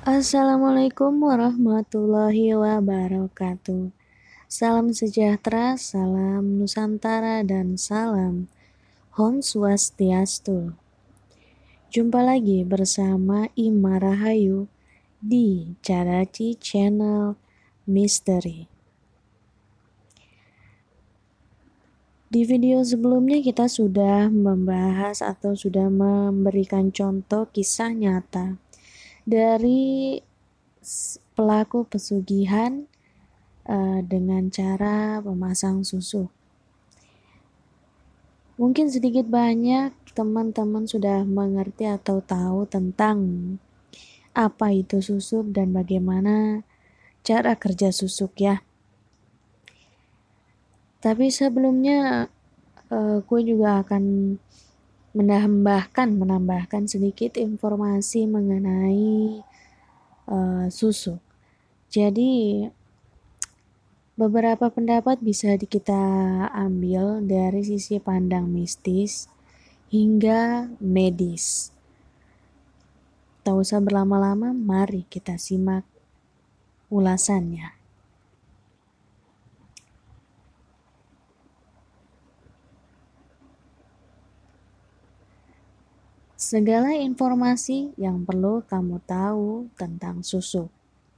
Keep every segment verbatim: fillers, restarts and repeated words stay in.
Assalamualaikum warahmatullahi wabarakatuh. Salam sejahtera, salam Nusantara, dan salam Om Swastiastu. Jumpa lagi bersama Ima Rahayu di Caraci Channel Misteri. Di video sebelumnya kita sudah membahas atau sudah memberikan contoh kisah nyata dari pelaku pesugihan uh, dengan cara memasang susuk. Mungkin sedikit banyak teman-teman sudah mengerti atau tahu tentang apa itu susuk dan bagaimana cara kerja susuk ya. Tapi sebelumnya uh, gue juga akan menambahkan menambahkan sedikit informasi mengenai uh, susuk. Jadi beberapa pendapat bisa kita ambil dari sisi pandang mistis hingga medis. Tak usah berlama-lama, mari kita simak ulasannya. Segala informasi yang perlu kamu tahu tentang susuk.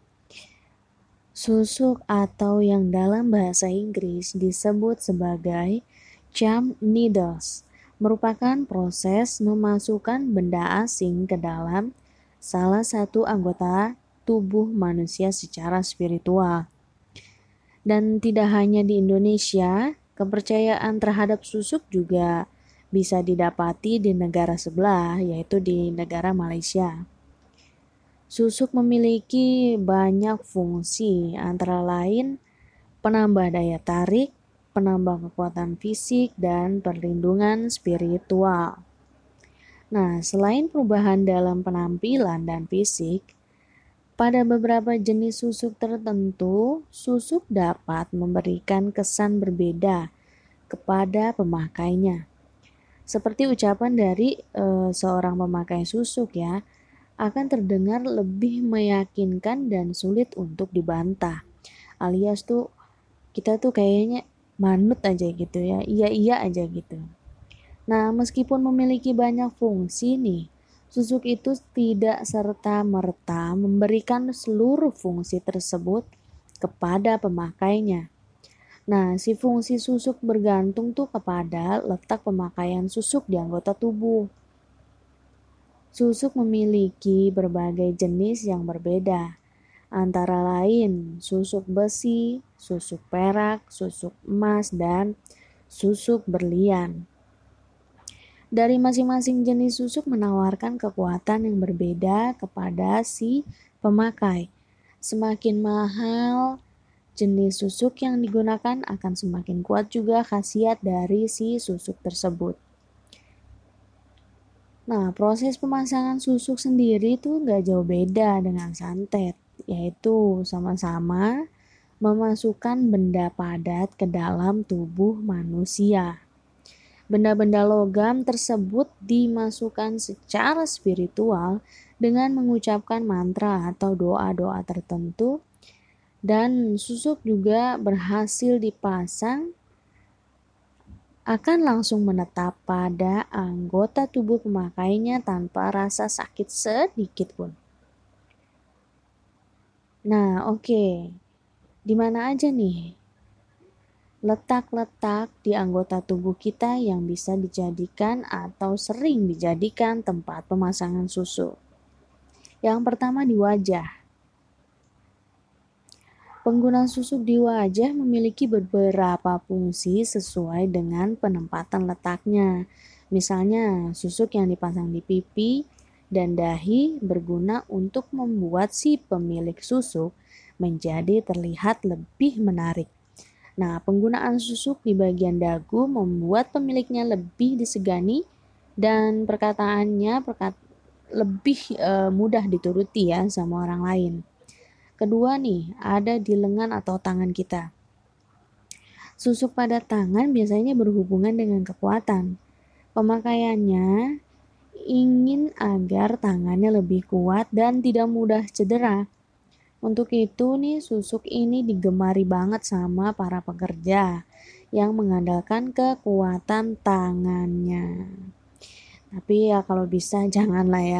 Susuk atau yang dalam bahasa Inggris disebut sebagai jump needles merupakan proses memasukkan benda asing ke dalam salah satu anggota tubuh manusia secara spiritual. Dan tidak hanya di Indonesia, kepercayaan terhadap susuk juga bisa didapati di negara sebelah, yaitu di negara Malaysia. Susuk memiliki banyak fungsi, antara lain penambah daya tarik, penambah kekuatan fisik, dan perlindungan spiritual. Nah, selain perubahan dalam penampilan dan fisik, pada beberapa jenis susuk tertentu, susuk dapat memberikan kesan berbeda kepada pemakainya. Seperti ucapan dari e, seorang pemakai susuk ya, akan terdengar lebih meyakinkan dan sulit untuk dibantah. Alias tuh kita tuh kayaknya manut aja gitu ya, iya-iya aja gitu. Nah, meskipun memiliki banyak fungsi nih, susuk itu tidak serta-merta memberikan seluruh fungsi tersebut kepada pemakainya. Nah, si fungsi susuk bergantung tuh kepada letak pemakaian susuk di anggota tubuh. Susuk memiliki berbagai jenis yang berbeda, antara lain susuk besi, susuk perak, susuk emas, dan susuk berlian. Dari masing-masing jenis susuk menawarkan kekuatan yang berbeda kepada si pemakai. Semakin mahal jenis susuk yang digunakan, akan semakin kuat juga khasiat dari si susuk tersebut. Nah, proses pemasangan susuk sendiri itu gak jauh beda dengan santet, yaitu sama-sama memasukkan benda padat ke dalam tubuh manusia. Benda-benda logam tersebut dimasukkan secara spiritual dengan mengucapkan mantra atau doa-doa tertentu, dan susuk juga berhasil dipasang akan langsung menetap pada anggota tubuh pemakainya tanpa rasa sakit sedikit pun. Nah, oke. Okay. Di mana aja nih letak-letak di anggota tubuh kita yang bisa dijadikan atau sering dijadikan tempat pemasangan susuk? Yang pertama di wajah. Penggunaan susuk di wajah memiliki beberapa fungsi sesuai dengan penempatan letaknya. Misalnya, susuk yang dipasang di pipi dan dahi berguna untuk membuat si pemilik susuk menjadi terlihat lebih menarik. Nah, penggunaan susuk di bagian dagu membuat pemiliknya lebih disegani dan perkataannya perkat- lebih uh, mudah dituruti ya sama orang lain. Kedua nih, ada di lengan atau tangan kita. Susuk pada tangan biasanya berhubungan dengan kekuatan. Pemakaiannya ingin agar tangannya lebih kuat dan tidak mudah cedera. Untuk itu nih susuk ini digemari banget sama para pekerja yang mengandalkan kekuatan tangannya. Tapi ya kalau bisa janganlah ya.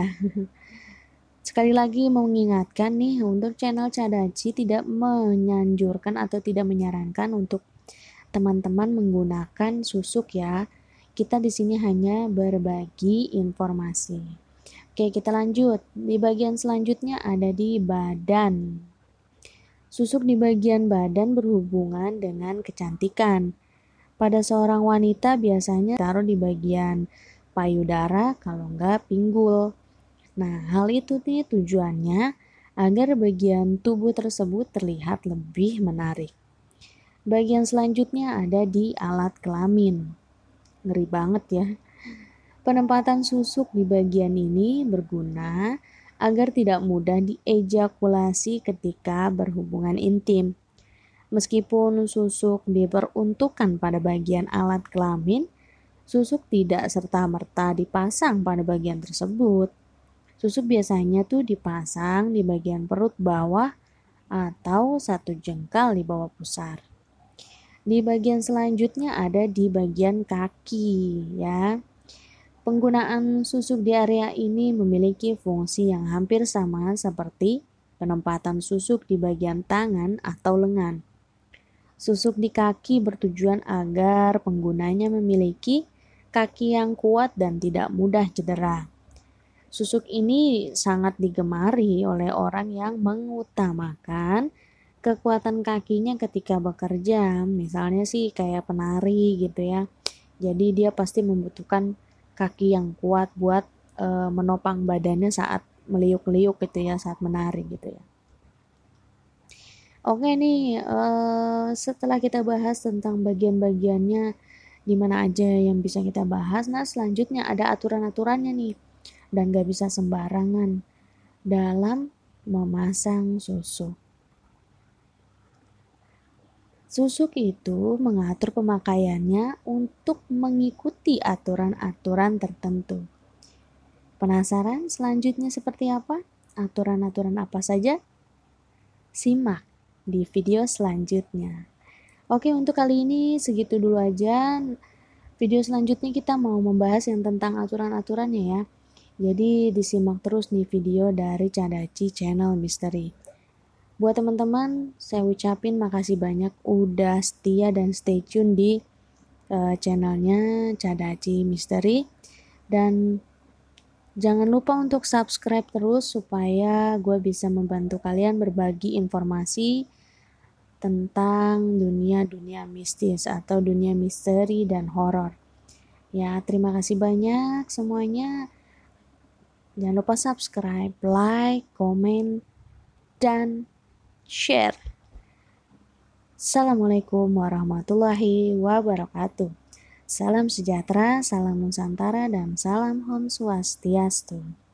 Sekali lagi mau mengingatkan nih, untuk channel Cadaci tidak menyanjurkan atau tidak menyarankan untuk teman-teman menggunakan susuk ya. Kita di sini hanya berbagi informasi. Oke, kita lanjut. Di bagian selanjutnya ada di badan. Susuk di bagian badan berhubungan dengan kecantikan. Pada seorang wanita biasanya taruh di bagian payudara, kalau enggak pinggul. Nah, hal itu nih tujuannya agar bagian tubuh tersebut terlihat lebih menarik. Bagian selanjutnya ada di alat kelamin. Ngeri banget ya. Penempatan susuk di bagian ini berguna agar tidak mudah diejakulasi ketika berhubungan intim. Meskipun susuk diperuntukkan pada bagian alat kelamin, susuk tidak serta-merta dipasang pada bagian tersebut. Susuk biasanya tuh dipasang di bagian perut bawah atau satu jengkal di bawah pusar. Di bagian selanjutnya ada di bagian kaki ya. Penggunaan susuk di area ini memiliki fungsi yang hampir sama seperti penempatan susuk di bagian tangan atau lengan. Susuk di kaki bertujuan agar penggunanya memiliki kaki yang kuat dan tidak mudah cedera. Susuk ini sangat digemari oleh orang yang mengutamakan kekuatan kakinya ketika bekerja. Misalnya sih kayak penari gitu ya. Jadi dia pasti membutuhkan kaki yang kuat buat e, menopang badannya saat meliuk-liuk gitu ya, saat menari gitu ya. Oke nih, e, setelah kita bahas tentang bagian-bagiannya di mana aja yang bisa kita bahas, nah selanjutnya ada aturan-aturannya nih. Dan gak bisa sembarangan dalam memasang susuk. Susuk itu mengatur pemakaiannya untuk mengikuti aturan-aturan tertentu. Penasaran selanjutnya seperti apa? Aturan-aturan apa saja? Simak di video selanjutnya. Oke, untuk kali ini segitu dulu aja. Video selanjutnya kita mau membahas yang tentang aturan-aturannya ya. Jadi disimak terus nih video dari Cadaci Channel Misteri. Buat teman-teman, saya ucapin makasih banyak udah setia dan stay tune di uh, channelnya Cadaci Misteri. Dan jangan lupa untuk subscribe terus supaya gue bisa membantu kalian berbagi informasi tentang dunia-dunia mistis atau dunia misteri dan horor. Ya, terima kasih banyak semuanya. Jangan lupa subscribe, like, komen, dan share. Assalamualaikum warahmatullahi wabarakatuh. Salam sejahtera, salam Nusantara, dan salam Om Swastiastu.